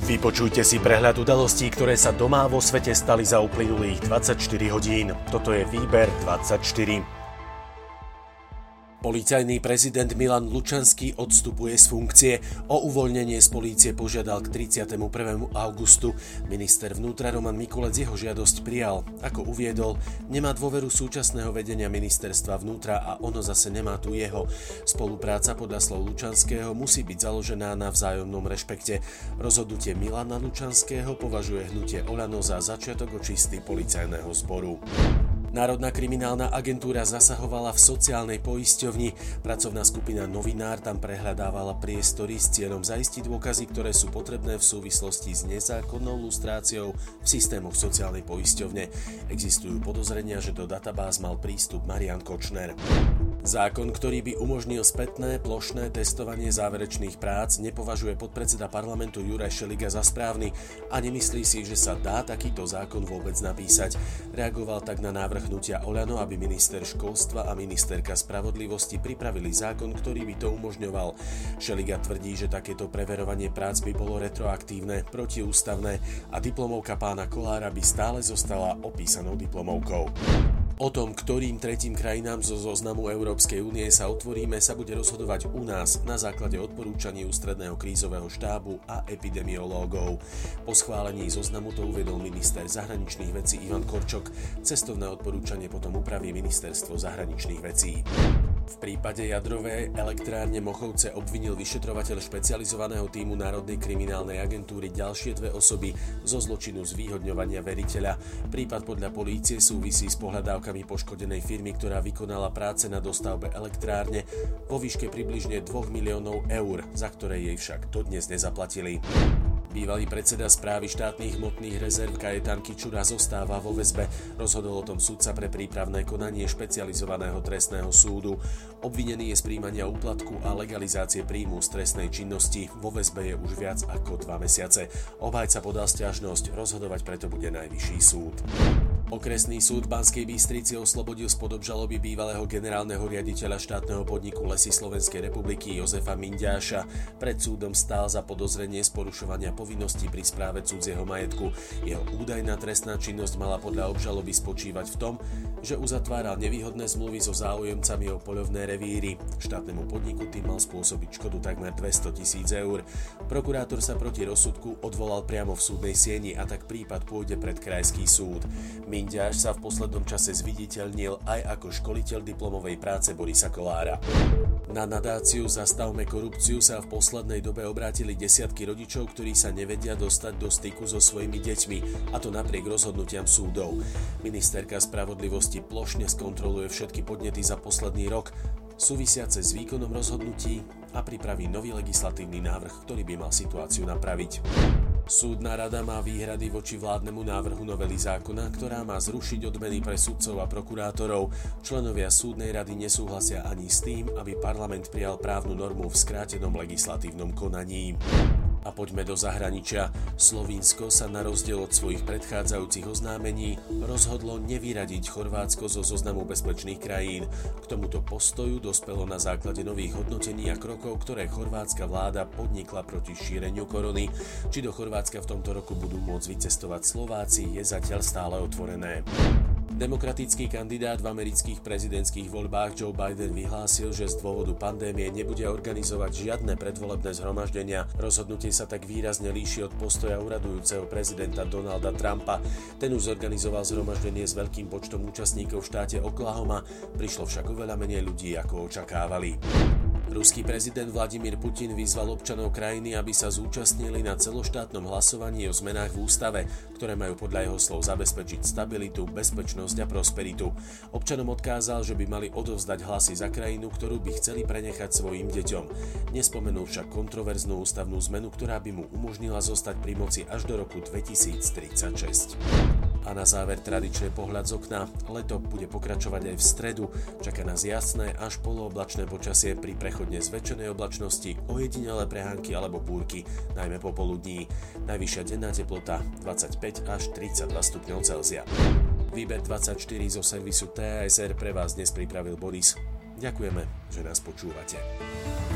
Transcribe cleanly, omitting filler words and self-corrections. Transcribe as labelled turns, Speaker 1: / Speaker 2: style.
Speaker 1: Vypočujte si prehľad udalostí, ktoré sa doma vo svete stali za uplynulých 24 hodín. Toto je Výber 24. Policajný prezident Milan Lučanský odstupuje z funkcie. O uvoľnenie z polície požiadal k 31. augustu. Minister vnútra Roman Mikulec jeho žiadosť prijal. Ako uviedol, nemá dôveru súčasného vedenia ministerstva vnútra a ono zase nemá tu jeho. Spolupráca podľa slov Lučanského musí byť založená na vzájomnom rešpekte. Rozhodnutie Milana Lučanského považuje hnutie Oľano za začiatok očisty policajného zboru. Národná kriminálna agentúra zasahovala v sociálnej poisťovni. Pracovná skupina Novinár tam prehľadávala priestory s cieľom zaistiť dôkazy, ktoré sú potrebné v súvislosti s nezákonnou lustráciou v systémoch sociálnej poisťovne. Existujú podozrenia, že do databáz mal prístup Marian Kočner. Zákon, ktorý by umožnil spätné plošné testovanie záverečných prác, nepovažuje podpredseda parlamentu Juraj Šeliga za správny a nemyslí si, že sa dá takýto zákon vôbec napísať. Reagoval tak na návrh hnutia Oľano, aby minister školstva a ministerka spravodlivosti pripravili zákon, ktorý by to umožňoval. Šeliga tvrdí, že takéto preverovanie prác by bolo retroaktívne, protiústavné a diplomovka pána Kollára by stále zostala opísanou diplomovkou. O tom, ktorým tretím krajinám zo zoznamu Európskej únie sa otvoríme, sa bude rozhodovať u nás na základe odporúčaní Ústredného krízového štábu a epidemiológov. Po schválení zoznamu to uviedol minister zahraničných vecí Ivan Korčok. Cestovné odporúčanie potom upraví ministerstvo zahraničných vecí. V prípade jadrovej elektrárne Mochovce obvinil vyšetrovateľ špecializovaného tímu Národnej kriminálnej agentúry ďalšie dve osoby zo zločinu zvýhodňovania veriteľa. Prípad podľa polície súvisí s pohľadávkami poškodenej firmy, ktorá vykonala práce na dostavbe elektrárne vo výške približne 2 miliónov eur, za ktoré jej však dodnes nezaplatili. Bývalý predseda správy štátnych hmotných rezerv Kajetán Kičura zostáva vo väzbe. Rozhodol o tom sudca pre prípravné konanie špecializovaného trestného súdu. Obvinený je z prijímania úplatku a legalizácie príjmu z trestnej činnosti. Vo väzbe je už viac ako 2 mesiace. Obhajca podal sťažnosť, rozhodovať preto bude Najvyšší súd. Okresný súd v Banskej Bystrici oslobodil spod obžaloby bývalého generálneho riaditeľa štátneho podniku Lesy Slovenskej republiky Jozefa Minďáša. Pred súdom stál za podozrenie z porušovania povinností pri správe cudzieho majetku. Jeho údajná trestná činnosť mala podľa obžaloby spočívať v tom, že uzatváral nevýhodné zmluvy so záujemcami o poľovné revíry. Štátnemu podniku tým mal spôsobiť škodu takmer 200 000 eur. Prokurátor sa proti rozsudku odvolal priamo v súdnej sieni a tak prípad pôjde pred krajský súd. Minďáš sa v poslednom čase zviditeľnil aj ako školiteľ diplomovej práce Borisa Kollára. Na nadáciu Zastavme korupciu sa v poslednej dobe obrátili desiatky rodičov, ktorí sa nevedia dostať do styku so svojimi deťmi, a to napriek rozhodnutiam súdov. Ministerka spravodlivosti plošne skontroluje všetky podnety za posledný rok súvisiace s výkonom rozhodnutí a pripraví nový legislatívny návrh, ktorý by mal situáciu napraviť. Súdna rada má výhrady voči vládnemu návrhu novely zákona, ktorá má zrušiť odmeny pre sudcov a prokurátorov. Členovia súdnej rady nesúhlasia ani s tým, aby parlament prijal právnu normu v skrátenom legislatívnom konaní. A poďme do zahraničia. Slovinsko sa na rozdiel od svojich predchádzajúcich oznámení rozhodlo nevyradiť Chorvátsko zo zoznamu bezpečných krajín. K tomuto postoju dospelo na základe nových hodnotení a krokov, ktoré chorvátska vláda podnikla proti šíreniu korony. Či do Chorvátska v tomto roku budú môcť vycestovať Slováci, je zatiaľ stále otvorené. Demokratický kandidát v amerických prezidentských voľbách Joe Biden vyhlásil, že z dôvodu pandémie nebude organizovať žiadne predvolebné zhromaždenia. Rozhodnutie sa tak výrazne líši od postoja uradujúceho prezidenta Donalda Trumpa. Ten už zorganizoval zhromaždenie s veľkým počtom účastníkov v štáte Oklahoma, prišlo však oveľa menej ľudí, ako očakávali. Ruský prezident Vladimír Putin vyzval občanov krajiny, aby sa zúčastnili na celoštátnom hlasovaní o zmenách v ústave, ktoré majú podľa jeho slov zabezpečiť stabilitu, bezpečnosť a prosperitu. Občanom odkázal, že by mali odovzdať hlasy za krajinu, ktorú by chceli prenechať svojim deťom. Nespomenul však kontroverznú ústavnú zmenu, ktorá by mu umožnila zostať pri moci až do roku 2036. A na záver tradičný pohľad z okna. Leto bude pokračovať aj v stredu. Čaká nás jasné až polooblačné počasie pri prechodne zväčšenej oblačnosti, ojedinelé prehánky alebo búrky, najmä popoludní. Najvyššia denná teplota 25 až 32 stupňov Celzia. Výber 24 zo servisu TASR pre vás dnes pripravil Boris. Ďakujeme, že nás počúvate.